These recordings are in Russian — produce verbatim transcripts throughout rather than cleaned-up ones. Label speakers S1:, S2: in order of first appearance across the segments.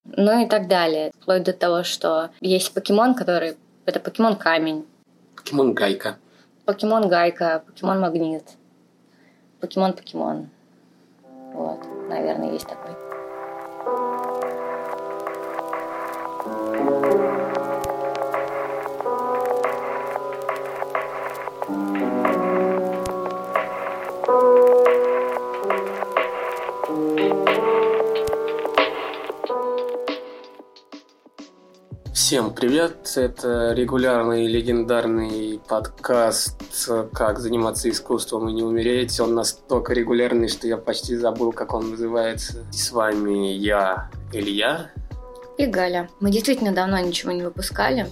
S1: Ну и так далее. Вплоть до того, что есть покемон, который... Это покемон-камень.
S2: Покемон-гайка.
S1: Покемон-гайка, покемон-магнит. Покемон-покемон. Вот, наверное, есть такой.
S2: Всем привет! Это регулярный легендарный подкаст «Как заниматься искусством и не умереть». Он настолько регулярный, что я почти забыл, как он называется. И с вами я, Илья.
S1: И Галя. Мы действительно давно ничего не выпускали.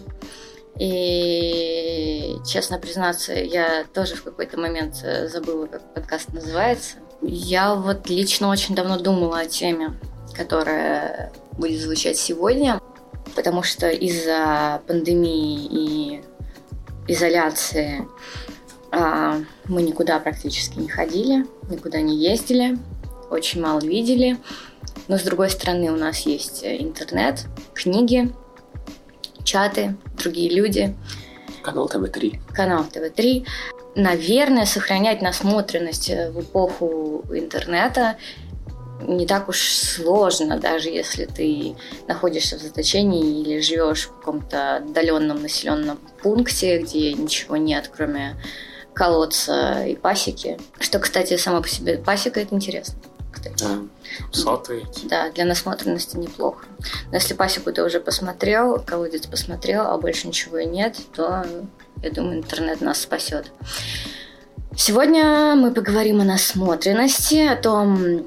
S1: И, честно признаться, я тоже в какой-то момент забыла, как подкаст называется. Я вот лично очень давно думала о теме, которая будет звучать сегодня. Потому что из-за пандемии и изоляции а, мы никуда практически не ходили, никуда не ездили, очень мало видели. Но, с другой стороны, у нас есть интернет, книги, чаты, другие люди.
S2: Канал тэ вэ три.
S1: Канал тэ вэ три. Наверное, сохранять насмотренность в эпоху интернета не так уж сложно, даже если ты находишься в заточении или живешь в каком-то отдаленном населенном пункте, где ничего нет, кроме колодца и пасеки. Что, кстати, сама по себе пасека – это интересно. Кстати.
S2: Да, соты.
S1: Да, для насмотренности неплохо. Но если пасеку ты уже посмотрел, колодец посмотрел, а больше ничего и нет, то, я думаю, интернет нас спасет. Сегодня мы поговорим о насмотренности, о том,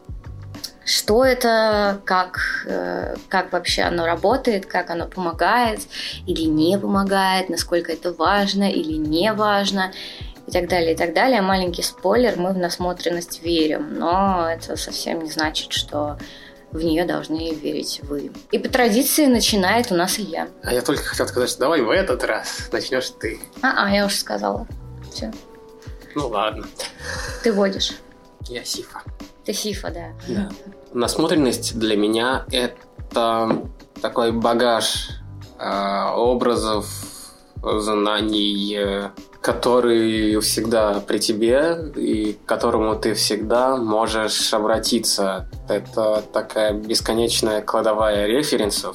S1: что это, как, как вообще оно работает, как оно помогает или не помогает, насколько это важно или не важно, и так далее, и так далее. Маленький спойлер, мы в насмотренность верим, но это совсем не значит, что в нее должны верить вы. И по традиции начинает у нас Илья.
S2: А я только хотел сказать, что давай в этот раз начнешь ты.
S1: А-а, я уже сказала. Все.
S2: Ну ладно.
S1: Ты водишь.
S2: Я Сифа.
S1: Ты Сифа, да.
S2: Да. Насмотренность для меня – это такой багаж э, образов, знаний, э, который всегда при тебе и к которому ты всегда можешь обратиться. Это такая бесконечная кладовая референсов,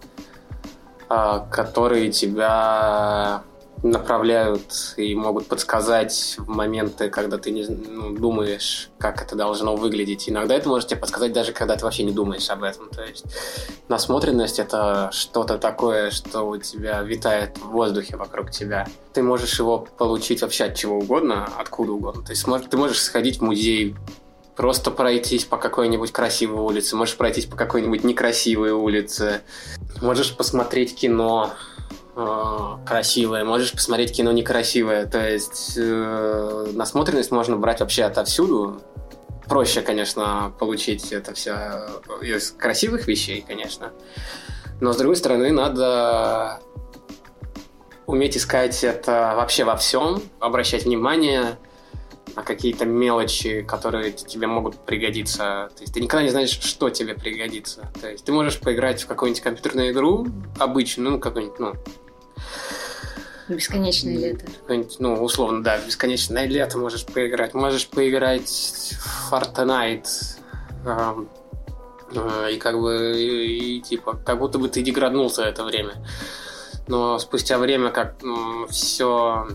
S2: э, которые тебя направляют и могут подсказать в моменты, когда ты не ну, думаешь, как это должно выглядеть. Иногда это может тебе подсказать даже, когда ты вообще не думаешь об этом. То есть насмотренность — это что-то такое, что у тебя витает в воздухе вокруг тебя. Ты можешь его получить вообще от чего угодно, откуда угодно. То есть ты можешь сходить в музей, просто пройтись по какой-нибудь красивой улице, можешь пройтись по какой-нибудь некрасивой улице, можешь посмотреть кино красивое, можешь посмотреть кино некрасивое. То есть э, насмотренность можно брать вообще отовсюду. Проще, конечно, получить это все из красивых вещей, конечно. Но, с другой стороны, надо уметь искать это вообще во всем, обращать внимание на какие-то мелочи, которые тебе могут пригодиться. То есть ты никогда не знаешь, что тебе пригодится. То есть ты можешь поиграть в какую-нибудь компьютерную игру обычную, ну, какую-нибудь, ну,
S1: бесконечное лето.
S2: Ну, условно, да, бесконечное лето можешь поиграть. Можешь поиграть в Fortnite. Э, э, и как бы, и, и, типа, как будто бы ты деграднул за это время. Но спустя время, как ну, все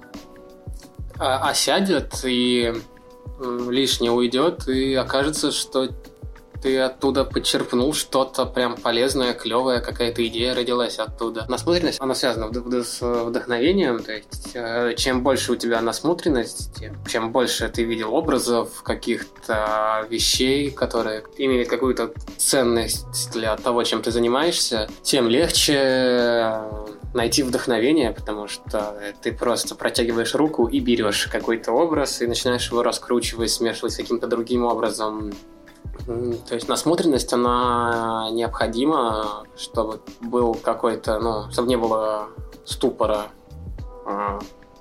S2: осядет и лишнее уйдет, и окажется, что ты оттуда подчерпнул что-то прям полезное, клевое, какая-то идея родилась оттуда. Насмотренность, она связана с вдохновением, то есть чем больше у тебя насмотренности, чем больше ты видел образов, каких-то вещей, которые имеют какую-то ценность для того, чем ты занимаешься, тем легче найти вдохновение, потому что ты просто протягиваешь руку и берешь какой-то образ и начинаешь его раскручивать, смешивать с каким-то другим образом. То есть насмотренность, она необходима, чтобы был какой-то, ну, чтобы не было ступора,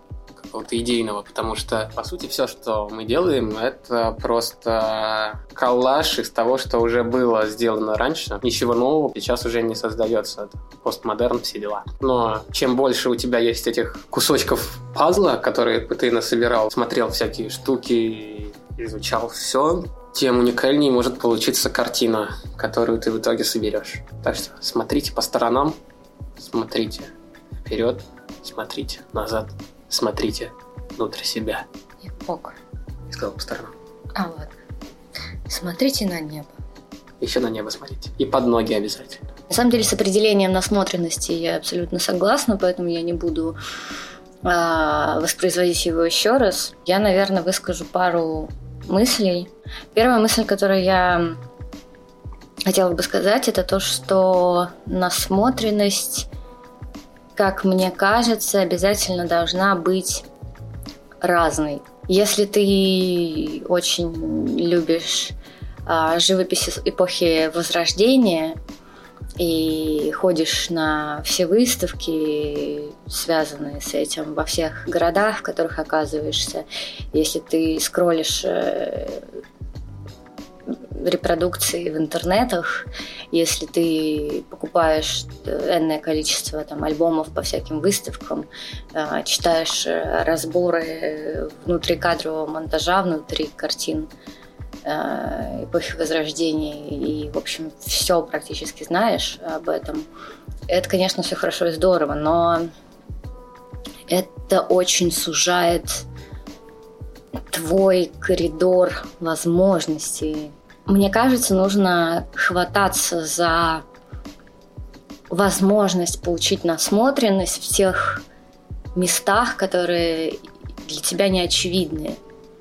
S2: какого-то идейного, потому что, по сути, все, что мы делаем, это просто коллаж из того, что уже было сделано раньше. Ничего нового сейчас уже не создается. Это постмодерн, все дела. Но чем больше у тебя есть этих кусочков пазла, которые ты насобирал, смотрел всякие штуки, изучал все, тем уникальнее может получиться картина, которую ты в итоге соберешь. Так что смотрите по сторонам, смотрите вперед, смотрите назад, смотрите внутрь себя.
S1: И бок.
S2: И сказал по сторонам.
S1: А, ладно. Смотрите на небо.
S2: Еще на небо смотрите. И под ноги обязательно.
S1: На самом деле с определением насмотренности я абсолютно согласна, поэтому я не буду а, воспроизводить его еще раз. Я, наверное, выскажу пару мыслей. Первая мысль, которую я хотела бы сказать, это то, что насмотренность, как мне кажется, обязательно должна быть разной. Если ты очень любишь а, живопись эпохи Возрождения и ходишь на все выставки, связанные с этим, во всех городах, в которых оказываешься, если ты скроллишь репродукции в интернетах, если ты покупаешь энное количество там, альбомов по всяким выставкам, читаешь разборы внутрикадрового монтажа, внутри картин эпохи Возрождения и, в общем, все практически знаешь об этом, это, конечно, все хорошо и здорово, но это очень сужает твой коридор возможностей. Мне кажется, нужно хвататься за возможность получить насмотренность в тех местах, которые для тебя не очевидны.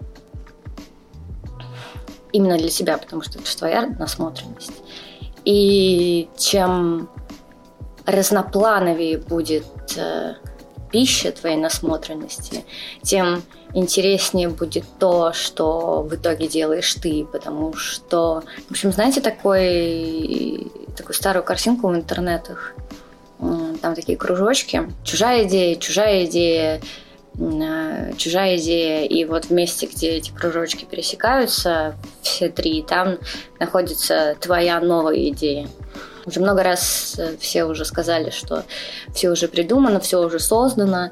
S1: Именно для тебя, потому что это же твоя насмотренность. И чем разноплановее будет э, пища твоей насмотренности, тем интереснее будет то, что в итоге делаешь ты, потому что... В общем, знаете, такой, такую старую картинку в интернетах? Там такие кружочки. Чужая идея, чужая идея, чужая идея. И вот в месте, где эти кружочки пересекаются, все три, там находится твоя новая идея. Уже много раз все уже сказали, что все уже придумано, все уже создано.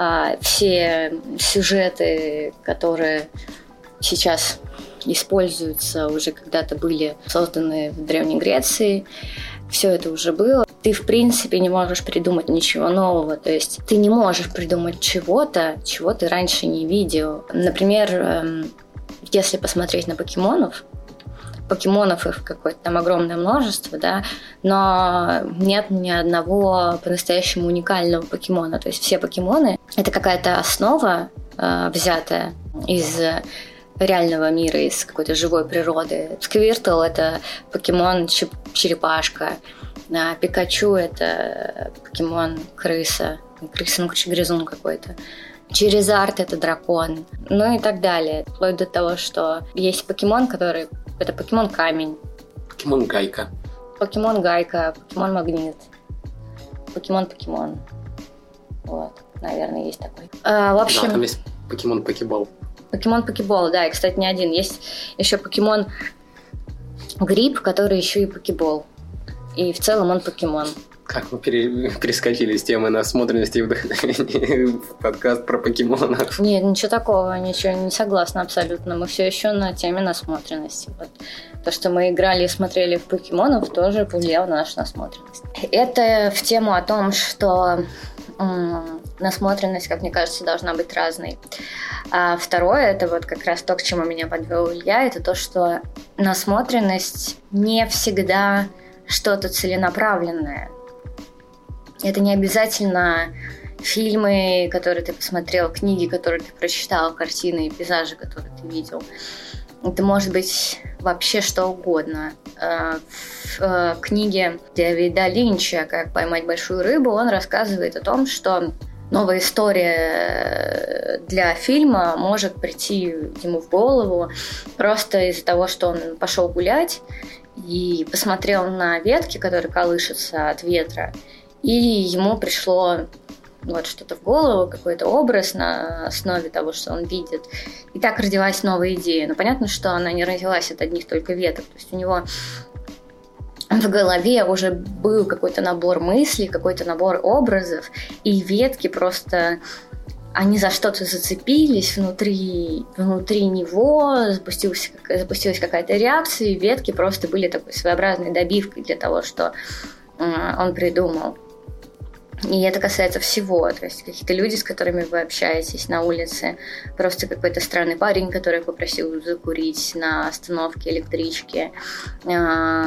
S1: Все сюжеты, которые сейчас используются, уже когда-то были созданы в Древней Греции. Все это уже было. Ты, в принципе, не можешь придумать ничего нового. То есть ты не можешь придумать чего-то, чего ты раньше не видел. Например, если посмотреть на покемонов, покемонов их какое-то там огромное множество, да, но нет ни одного по-настоящему уникального покемона. То есть все покемоны — это какая-то основа, э, взятая из реального мира, из какой-то живой природы. Сквиртл — это покемон-черепашка, а Пикачу — это покемон-крыса, крыса, ну, короче, грызун какой-то. Черезард — это дракон, ну и так далее. Вплоть до того, что есть покемон, который... Это покемон-камень.
S2: Покемон-гайка.
S1: Покемон-гайка, покемон-магнит. Покемон-покемон. Вот, наверное, есть такой. А, в общем...
S2: Да, там есть покемон-покебол.
S1: Покемон-покебол, да, и, кстати, не один. Есть еще покемон-гриб, который еще и покебол. И в целом он покемон.
S2: Как мы пере... перескочили с темы насмотренности и вдохновения в подкаст про покемонов.
S1: Нет, ничего такого, ничего, не согласна абсолютно. Мы все еще на теме насмотренности. Вот. То, что мы играли и смотрели в покемонов, тоже повлияло на нашу насмотренность. Это в тему о том, что м- насмотренность, как мне кажется, должна быть разной. А второе, это вот как раз то, к чему меня подвел Илья, это то, что насмотренность не всегда что-то целенаправленное. Это не обязательно фильмы, которые ты посмотрел, книги, которые ты прочитал, картины и пейзажи, которые ты видел. Это может быть вообще что угодно. В книге Дэвида Линча «Как поймать большую рыбу» он рассказывает о том, что новая история для фильма может прийти ему в голову просто из-за того, что он пошел гулять и посмотрел на ветки, которые колышутся от ветра, и ему пришло вот что-то в голову, какой-то образ на основе того, что он видит. И так родилась новая идея. Но понятно, что она не родилась от одних только веток. То есть у него в голове уже был какой-то набор мыслей, какой-то набор образов, и ветки просто... Они за что-то зацепились внутри, внутри него, запустилась, запустилась какая-то реакция, и ветки просто были такой своеобразной добивкой для того, что э, он придумал. И это касается всего. То есть какие-то люди, с которыми вы общаетесь на улице, просто какой-то странный парень, который попросил закурить на остановке электрички, э,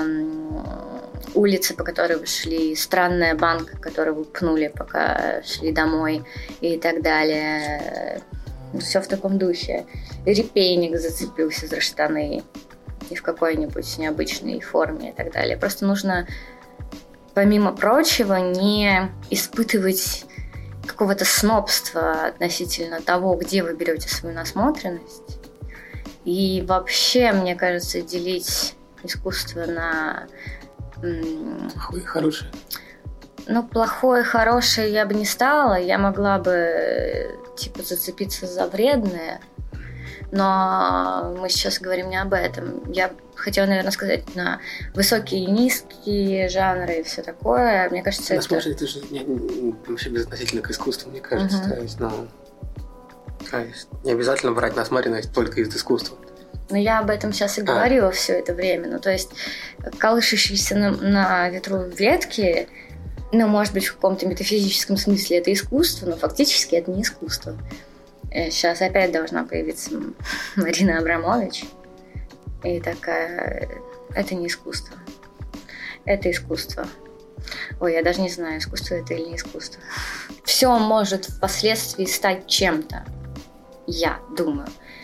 S1: улица, по которой вы шли, странная банка, которую вы пнули, пока шли домой, и так далее. Все в таком духе. Репейник зацепился за штаны и в какой-нибудь необычной форме и так далее. Просто нужно, помимо прочего, не испытывать какого-то снобства относительно того, где вы берете свою насмотренность. И вообще, мне кажется, делить искусство на...
S2: Плохое и хорошее.
S1: Ну, плохое, хорошее я бы не стала. Я могла бы, типа, зацепиться за вредное. Но мы сейчас говорим не об этом. Я хотела, наверное, сказать на высокие и низкие жанры и все такое. Мне кажется, это...
S2: Смотри, это же не, не, вообще безотносительно к искусству, мне кажется. Uh-huh. То есть, ну, то есть не обязательно брать насмотренность только из искусства.
S1: Но я об этом сейчас и говорила а. все это время. Ну, то есть, колышащиеся на, на ветру ветки, ну, может быть, в каком-то метафизическом смысле это искусство, но фактически это не искусство. Сейчас опять должна появиться Марина Абрамович. И такая... Это не искусство. Это искусство. Ой, я даже не знаю, искусство это или не искусство. Все может впоследствии стать чем-то. Я думаю.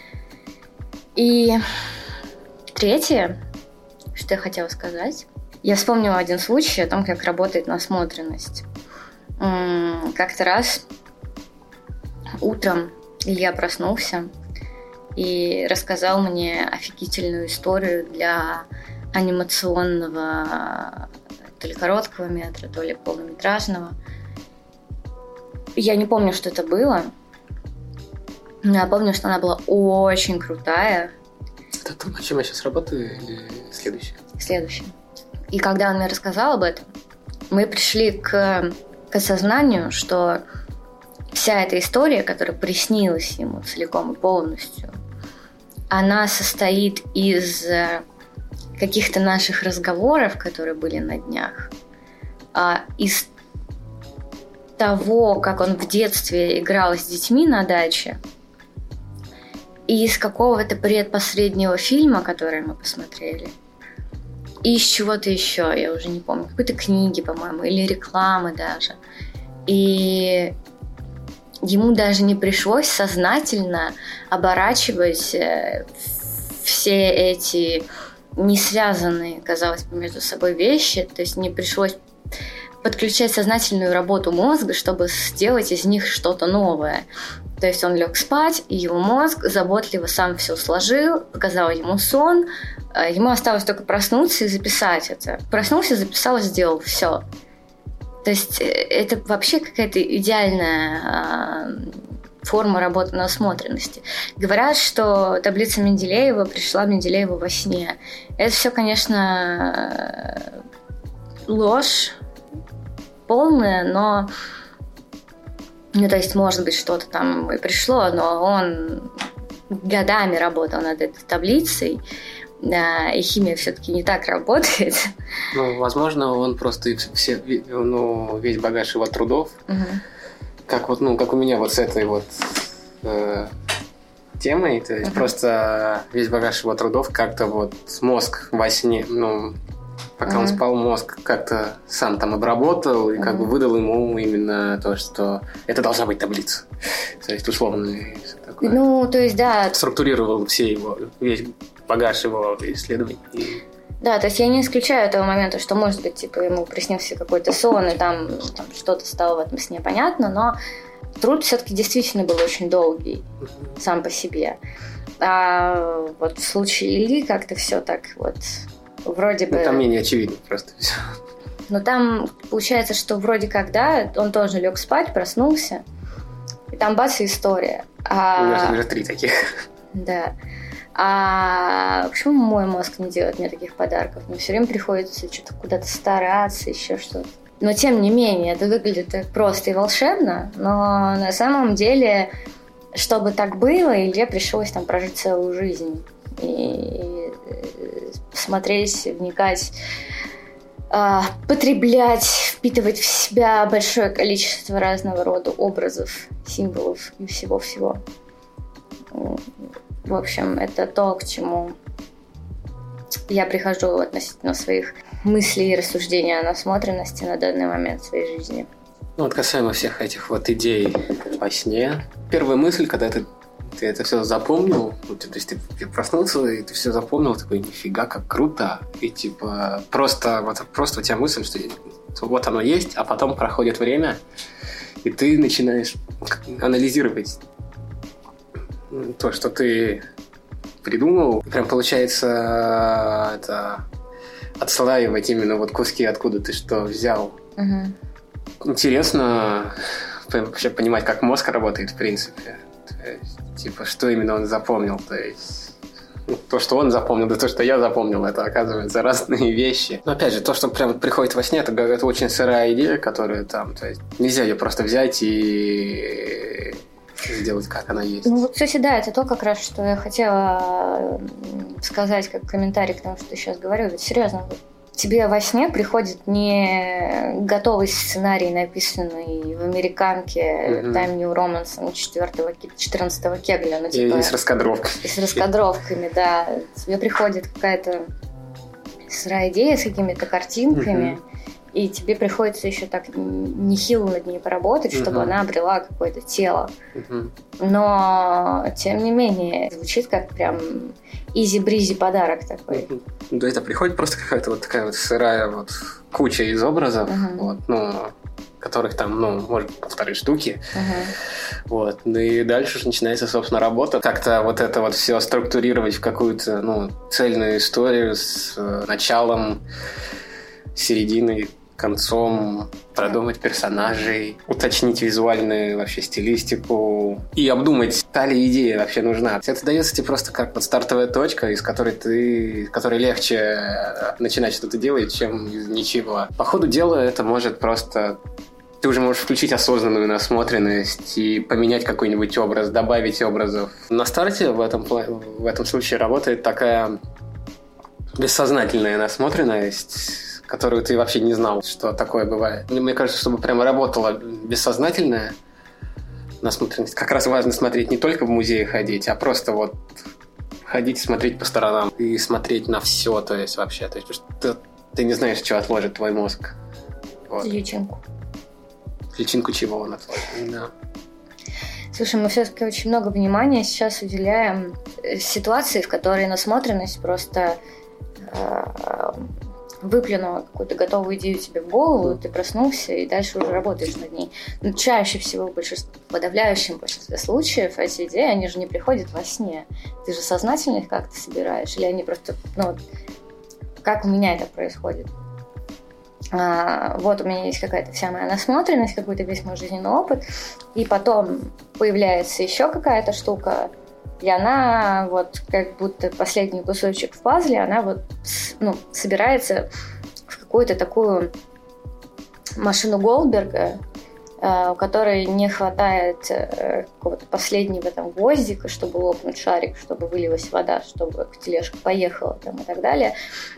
S1: И третье, что я хотела сказать. Я вспомнила один случай о том, как работает насмотренность. Как-то раз утром Илья проснулся и рассказал мне офигительную историю для анимационного то ли короткого метра, то ли полнометражного. Я не помню, что это было. Но я помню, что она была очень крутая.
S2: Это то, над чем я сейчас работаю, или следующее?
S1: Следующее. И когда он мне рассказал об этом, мы пришли к, к осознанию, что вся эта история, которая приснилась ему целиком и полностью, она состоит из каких-то наших разговоров, которые были на днях, из того, как он в детстве играл с детьми на даче, и из какого-то предпоследнего фильма, который мы посмотрели, и из чего-то еще, я уже не помню, какой-то книги, по-моему, или рекламы даже. И ему даже не пришлось сознательно оборачивать все эти не связанные, казалось бы, между собой вещи, то есть не пришлось подключать сознательную работу мозга, чтобы сделать из них что-то новое. То есть он лег спать, и его мозг заботливо сам все сложил, показал ему сон, ему осталось только проснуться и записать это. Проснулся, записал, сделал, все. То есть это вообще какая-то идеальная форма работы насмотренности. Говорят, что таблица Менделеева пришла Менделееву во сне. Это все, конечно, ложь полная, но... Ну, то есть, может быть, что-то там и пришло, но он годами работал над этой таблицей, да, и химия все-таки не так работает.
S2: Ну, возможно, он просто все, ну, весь багаж его трудов, угу. как вот, ну, как у меня вот с этой вот э, темой, то есть угу. просто весь багаж его трудов как-то вот мозг во сне, ну, пока угу. он спал, мозг как-то сам там обработал и угу. как бы выдал ему именно то, что это должна быть таблица. То есть, условно, такое.
S1: Ну, то есть, да.
S2: Структурировал все его, весь багаж его исследований.
S1: Да, то есть я не исключаю этого момента, что, может быть, типа, ему приснился какой-то сон, и там, там что-то стало в этом сне понятно, но труд все-таки действительно был очень долгий угу. сам по себе. А вот в случае Ильи как-то все так вот... Вроде бы...
S2: Ну, там менее очевидно просто все.
S1: Но там получается, что вроде как, да, он тоже лег спать, проснулся, и там бац, и история. А...
S2: У меня уже три таких.
S1: Да. А почему мой мозг не делает мне таких подарков? Мне все время приходится что-то куда-то стараться, еще что-то. Но тем не менее, это выглядит так просто и волшебно, но на самом деле, чтобы так было, Илье пришлось там прожить целую жизнь. И смотреть, вникать, потреблять, впитывать в себя большое количество разного рода образов, символов и всего-всего. В общем, это то, к чему я прихожу относительно своих мыслей и рассуждений о насмотренности на данный момент в своей жизни.
S2: Ну вот касаемо всех этих вот идей во сне. Первая мысль, когда ты, ты это все запомнил, ну, то есть ты проснулся и ты все запомнил, такой, нифига, как круто. И типа просто, вот, просто у тебя мысль, что вот оно есть, а потом проходит время, и ты начинаешь анализировать то, что ты придумал. Прям получается это отслаивать именно вот куски, откуда ты что взял. Угу. Интересно вообще понимать, как мозг работает в принципе. То есть, типа, что именно он запомнил. То есть ну, то, что он запомнил, да то, что я запомнил, это, оказывается, разные вещи. Но опять же, то, что прям приходит во сне, это, это очень сырая идея, которая там, то есть нельзя ее просто взять и сделать, как она есть.
S1: Ну вот, кстати, да, это то как раз, что я хотела сказать как комментарий к тому, что ты сейчас говорил. Ведь серьезно, тебе во сне приходит не готовый сценарий, написанный в американке mm-hmm. Time New Roman четырнадцатого Кегля. Ну, типа,
S2: и, и с раскадровками.
S1: И с раскадровками, да. Тебе приходит какая-то сырая идея с какими-то картинками, mm-hmm. и тебе приходится еще так нехило над ней поработать, чтобы uh-huh. она обрела какое-то тело. Uh-huh. Но, тем не менее, звучит как прям изи-бризи подарок такой.
S2: Uh-huh. Да, это приходит просто какая-то вот такая вот сырая вот куча из образов, uh-huh. вот, ну, которых там, ну, может, полторы штуки. Uh-huh. Вот. Ну и дальше уже начинается, собственно, работа. Как-то вот это вот все структурировать в какую-то, ну, цельную историю с э, началом, серединой, концом, продумать персонажей, уточнить визуальную вообще стилистику и обдумать, та ли идея вообще нужна. Это дается тебе просто как вот стартовая точка, из которой ты, из которой легче начинать что-то делать, чем из ничего. По ходу дела это может просто... Ты уже можешь включить осознанную насмотренность и поменять какой-нибудь образ, добавить образов. На старте в этом, в этом случае работает такая бессознательная насмотренность, которую ты вообще не знал, что такое бывает. Мне кажется, чтобы прямо работала бессознательная насмотренность, как раз важно смотреть не только в музее ходить, а просто вот ходить, смотреть по сторонам и смотреть на все, то есть вообще. То есть, ты, ты не знаешь, что отложит твой мозг. Вот.
S1: Личинку.
S2: Личинку чего он отложит, да.
S1: Слушай, мы все-таки очень много внимания сейчас уделяем ситуации, в которой насмотренность просто... выплюнула какую-то готовую идею тебе в голову, ты проснулся и дальше уже работаешь над ней. Но чаще всего, в большинстве, в подавляющем большинстве случаев, эти идеи, они же не приходят во сне. Ты же сознательно их как-то собираешь, или они просто, ну, как у меня это происходит. А, вот у меня есть какая-то вся моя насмотренность, какой-то весь мой жизненный опыт, и потом появляется еще какая-то штука, и она вот как будто последний кусочек в пазле, она вот, ну, собирается в какую-то такую машину Голдберга, у которой не хватает какого-то последнего там гвоздика, чтобы лопнуть шарик, чтобы вылилась вода, чтобы тележка поехала там, и так далее.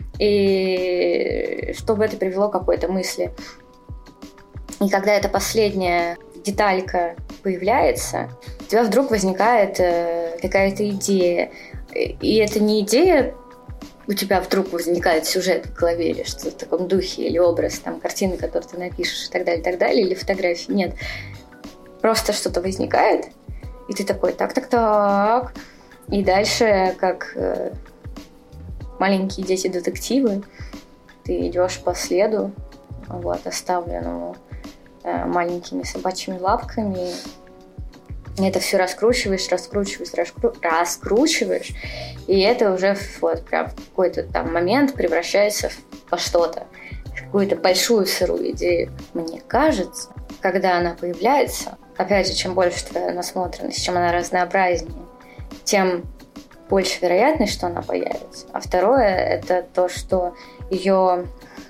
S1: И чтобы это привело к какой-то мысли. И когда эта последняя деталька появляется, у тебя вдруг возникает э, какая-то идея. И это не идея, у тебя вдруг возникает сюжет в голове или что-то в таком духе, или образ, там, картины, которые ты напишешь, и так далее, и так далее, или фотографии. Нет. Просто что-то возникает, и ты такой, так-так-так. И дальше, как э, маленькие дети-детективы, ты идешь по следу, вот, оставленному э, маленькими собачьими лапками. И это все раскручиваешь, раскручиваешь, раскру... раскручиваешь, и это уже вот прям в какой-то там момент превращается в, во что-то. какую-то большую сырую идею. Мне кажется, когда она появляется, опять же, чем больше твоя насмотренность, чем она разнообразнее, тем больше вероятность, что она появится. А второе – это то, что ее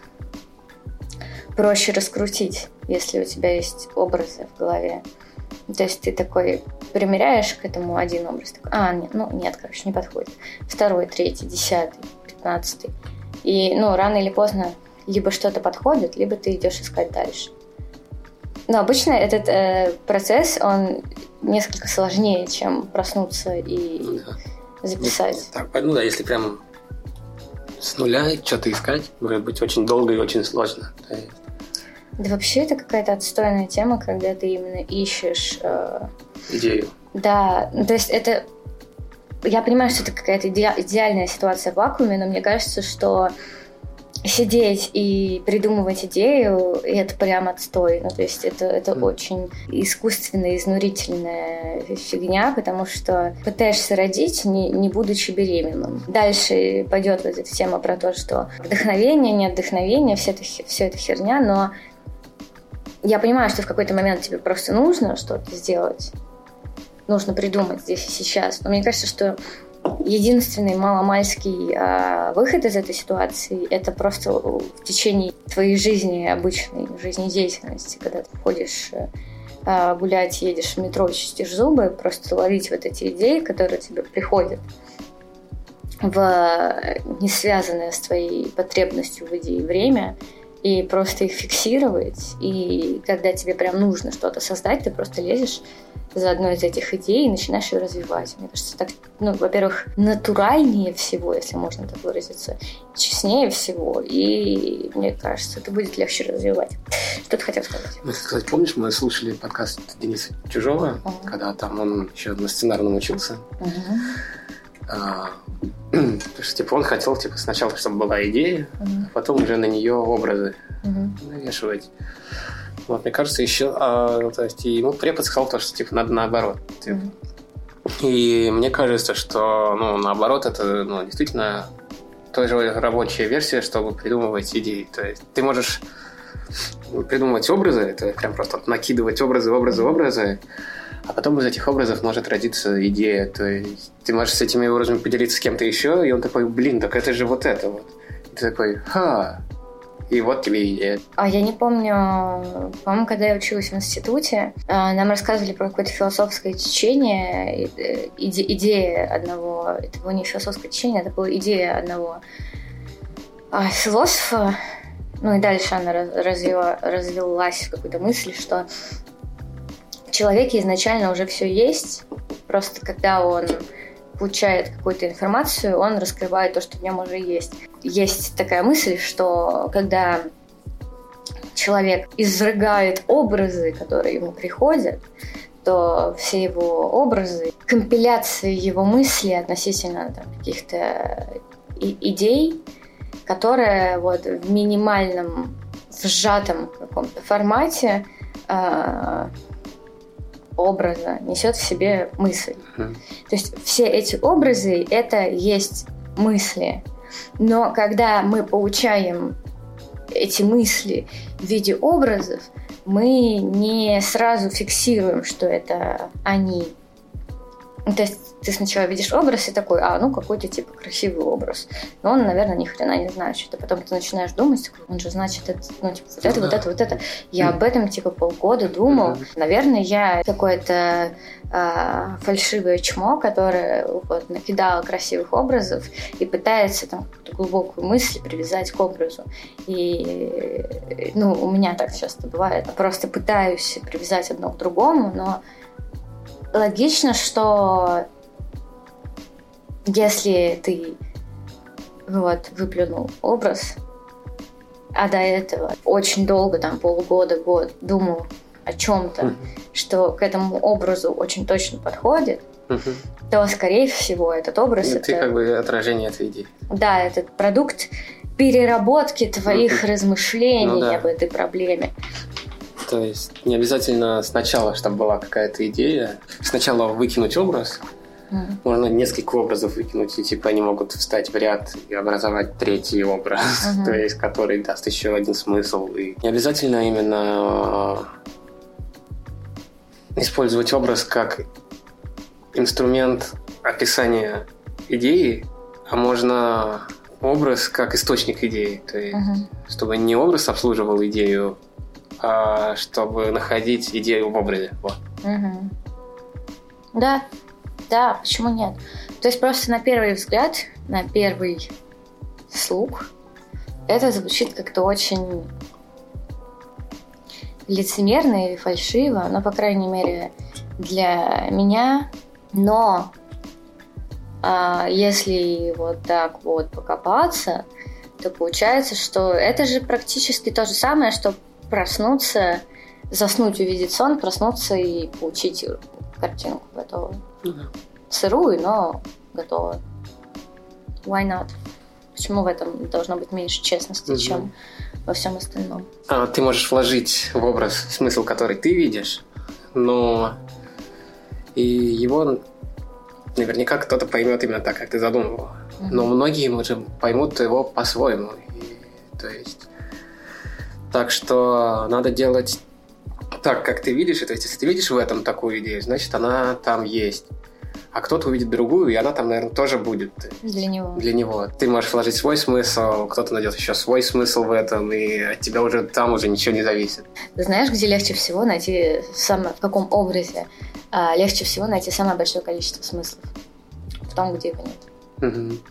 S1: проще раскрутить, если у тебя есть образы в голове. То есть ты такой примеряешь к этому один образ, такой, а, нет, ну нет, короче, не подходит. Второй, третий, десятый, пятнадцатый. И, ну, рано или поздно либо что-то подходит, либо ты идешь искать дальше. Но обычно этот э, процесс, он несколько сложнее, чем проснуться и ну, да. записать.
S2: Так, ну да, если прям с нуля что-то искать, может быть очень долго и очень сложно.
S1: Да вообще это какая-то отстойная тема, когда ты именно ищешь... Э...
S2: идею.
S1: Да, ну, то есть это... Я понимаю, что это какая-то иде... идеальная ситуация в вакууме, но мне кажется, что сидеть и придумывать идею, это прям отстой. Ну, то есть это, это mm. очень искусственная, изнурительная фигня, потому что пытаешься родить, не, не будучи беременным. Дальше пойдет вот эта тема про то, что вдохновение, нет вдохновения, все это, все это херня, но я понимаю, что в какой-то момент тебе просто нужно что-то сделать, нужно придумать здесь и сейчас. Но мне кажется, что единственный маломальский а, выход из этой ситуации – это просто в течение твоей жизни, обычной жизнедеятельности, когда ты ходишь а, гулять, едешь в метро, чистишь зубы, просто ловить вот эти идеи, которые тебе приходят в не связанное с твоей потребностью в идее время, и просто их фиксировать. И когда тебе прям нужно что-то создать, ты просто лезешь за одной из этих идей и начинаешь ее развивать. Мне кажется, так, ну, во-первых, натуральнее всего, если можно так выразиться, честнее всего, и мне кажется, это будет легче развивать. Что ты хотел сказать?
S2: Ну, кстати, помнишь, мы слушали подкаст Дениса Чужого, uh-huh. когда там он еще на сценарном учился. Uh-huh. А, потому что типа, он хотел типа, сначала, чтобы была идея, uh-huh. а потом уже на нее образы uh-huh. навешивать. Вот, мне кажется, еще, а, то есть, ему препод сказал то, что типа надо наоборот. Типа. Mm-hmm. И мне кажется, что ну, наоборот, это ну, действительно тоже рабочая версия, чтобы придумывать идеи. То есть ты можешь придумывать образы, это прям просто накидывать образы, образы, образы, а потом из этих образов может родиться идея. То есть ты можешь с этими образами поделиться с кем-то еще, и он такой, блин, так это же вот это вот. И ты такой, ха. И вот тебе идея.
S1: А я не помню, по-моему, когда я училась в институте, нам рассказывали про какое-то философское течение, иде- идея одного, это было не философское течение, это была идея одного философа, ну и дальше она развила, развилась в какую-то мысль, что в человеке изначально уже все есть, просто когда он получает какую-то информацию, он раскрывает то, что в нем уже есть. Есть такая мысль, что когда человек изрыгает образы, которые ему приходят, то все его образы, компиляции его мыслей относительно там, каких-то и- идей, которые вот в минимальном, в сжатом каком-то формате э- образа несет в себе мысль. Mm. То есть все эти образы — это есть мысли. Но когда мы получаем эти мысли в виде образов, мы не сразу фиксируем, что это они. То есть ты сначала видишь образ и такой, а, ну, какой-то типа красивый образ. Но он, наверное, ни хрена не значит. А потом ты начинаешь думать, он же значит, это, ну, типа, вот это, вот это, вот это. Я об этом, типа, полгода думал. Наверное, я какое-то а, фальшивое чмо, которое вот, накидало красивых образов и пытается там какую-то глубокую мысль привязать к образу. И, ну, у меня так часто бывает. Я просто пытаюсь привязать одно к другому, но логично, что если ты вот, выплюнул образ, а до этого очень долго, там полгода, год думал о чем-то, uh-huh. что к этому образу очень точно подходит, uh-huh. то, скорее всего, этот образ...
S2: И
S1: это,
S2: ты как бы отражение этой идеи.
S1: Да, этот продукт переработки твоих uh-huh. размышлений ну, да. об этой проблеме.
S2: То есть не обязательно сначала, чтобы была какая-то идея, сначала выкинуть образ, Mm. Можно несколько образов выкинуть, и типа они могут встать в ряд и образовать третий образ, mm-hmm. то есть который даст еще один смысл. И не обязательно именно использовать образ как инструмент описания идеи, а можно образ как источник идеи. То есть, uh-huh. чтобы не образ обслуживал идею, а чтобы находить идею в образе. Вот.
S1: Uh-huh. Да, да, почему нет? То есть просто на первый взгляд, на первый слух, это звучит как-то очень лицемерно или фальшиво, но, по крайней мере, для меня. Но а, если вот так вот покопаться, то получается, что это же практически то же самое, что проснуться, заснуть, увидеть сон, проснуться и получить картинку готовую. Mm-hmm. Сырую, но готовую. Why not? Почему в этом должно быть меньше честности, mm-hmm. чем во всем остальном?
S2: А, ты можешь вложить в образ смысл, который ты видишь, но и его наверняка кто-то поймет именно так, как ты задумывал. Mm-hmm. Но многие уже поймут его по-своему. И, то есть, так что надо делать так, как ты видишь. И, то есть, если ты видишь в этом такую идею, значит, она там есть. А кто-то увидит другую, и она там, наверное, тоже будет.
S1: Для него.
S2: Для него. Ты можешь вложить свой смысл, кто-то найдет еще свой смысл в этом, и от тебя уже там уже ничего не зависит.
S1: Ты знаешь, где легче всего найти, самое, в каком образе а, легче всего найти самое большое количество смыслов? В том, где его нет.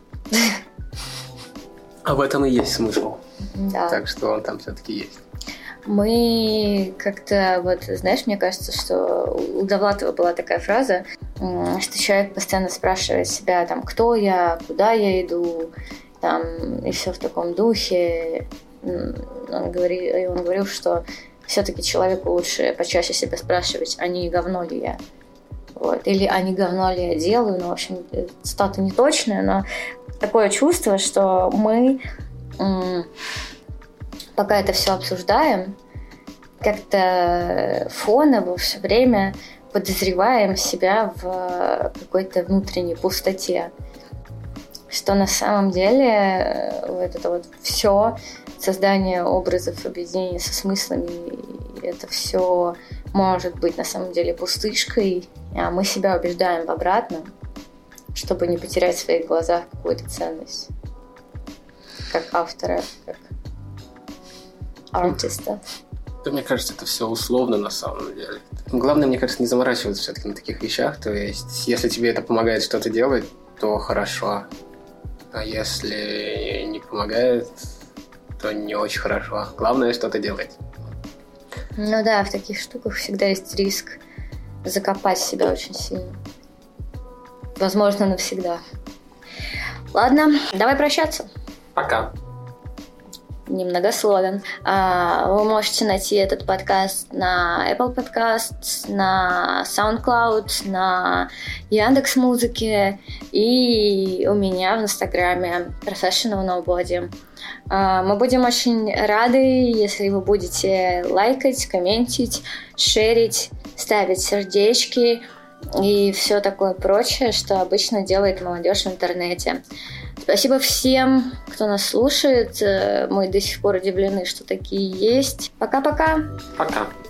S2: А в этом и есть смысл.
S1: Да.
S2: Так что он там все-таки есть.
S1: Мы как-то, вот, знаешь, мне кажется, что у Довлатова была такая фраза, что человек постоянно спрашивает себя, там, кто я, куда я иду, там, и все в таком духе. Он говорил, и он говорил, что все-таки человеку лучше почаще себя спрашивать, а не говно ли я. Вот. Или а не говно ли я делаю. Ну, в общем, цитата не точная, но такое чувство, что мы... пока это все обсуждаем, как-то фоново все время подозреваем себя в какой-то внутренней пустоте. Что на самом деле вот это вот все, создание образов, объединение со смыслами, это все может быть на самом деле пустышкой, а мы себя убеждаем в обратном, чтобы не потерять в своих глазах какую-то ценность. Как автора, как артиста.
S2: Да, мне кажется, это все условно на самом деле. Главное, мне кажется, не заморачиваться все-таки на таких вещах. То есть, если тебе это помогает что-то делать, то хорошо. А если не помогает, то не очень хорошо. Главное, что-то делать.
S1: Ну да, в таких штуках всегда есть риск закопать себя очень сильно. Возможно, навсегда. Ладно, давай прощаться.
S2: Пока.
S1: Немногословен. Вы можете найти этот подкаст на Apple Podcasts, на SoundCloud, на Яндекс.Музыке и у меня в Инстаграме Professional Nobody. Мы будем очень рады, если вы будете лайкать, комментить, шерить, ставить сердечки и все такое прочее, что обычно делает молодежь в интернете. Спасибо всем, кто нас слушает. Мы до сих пор удивлены, что такие есть. Пока-пока.
S2: Пока.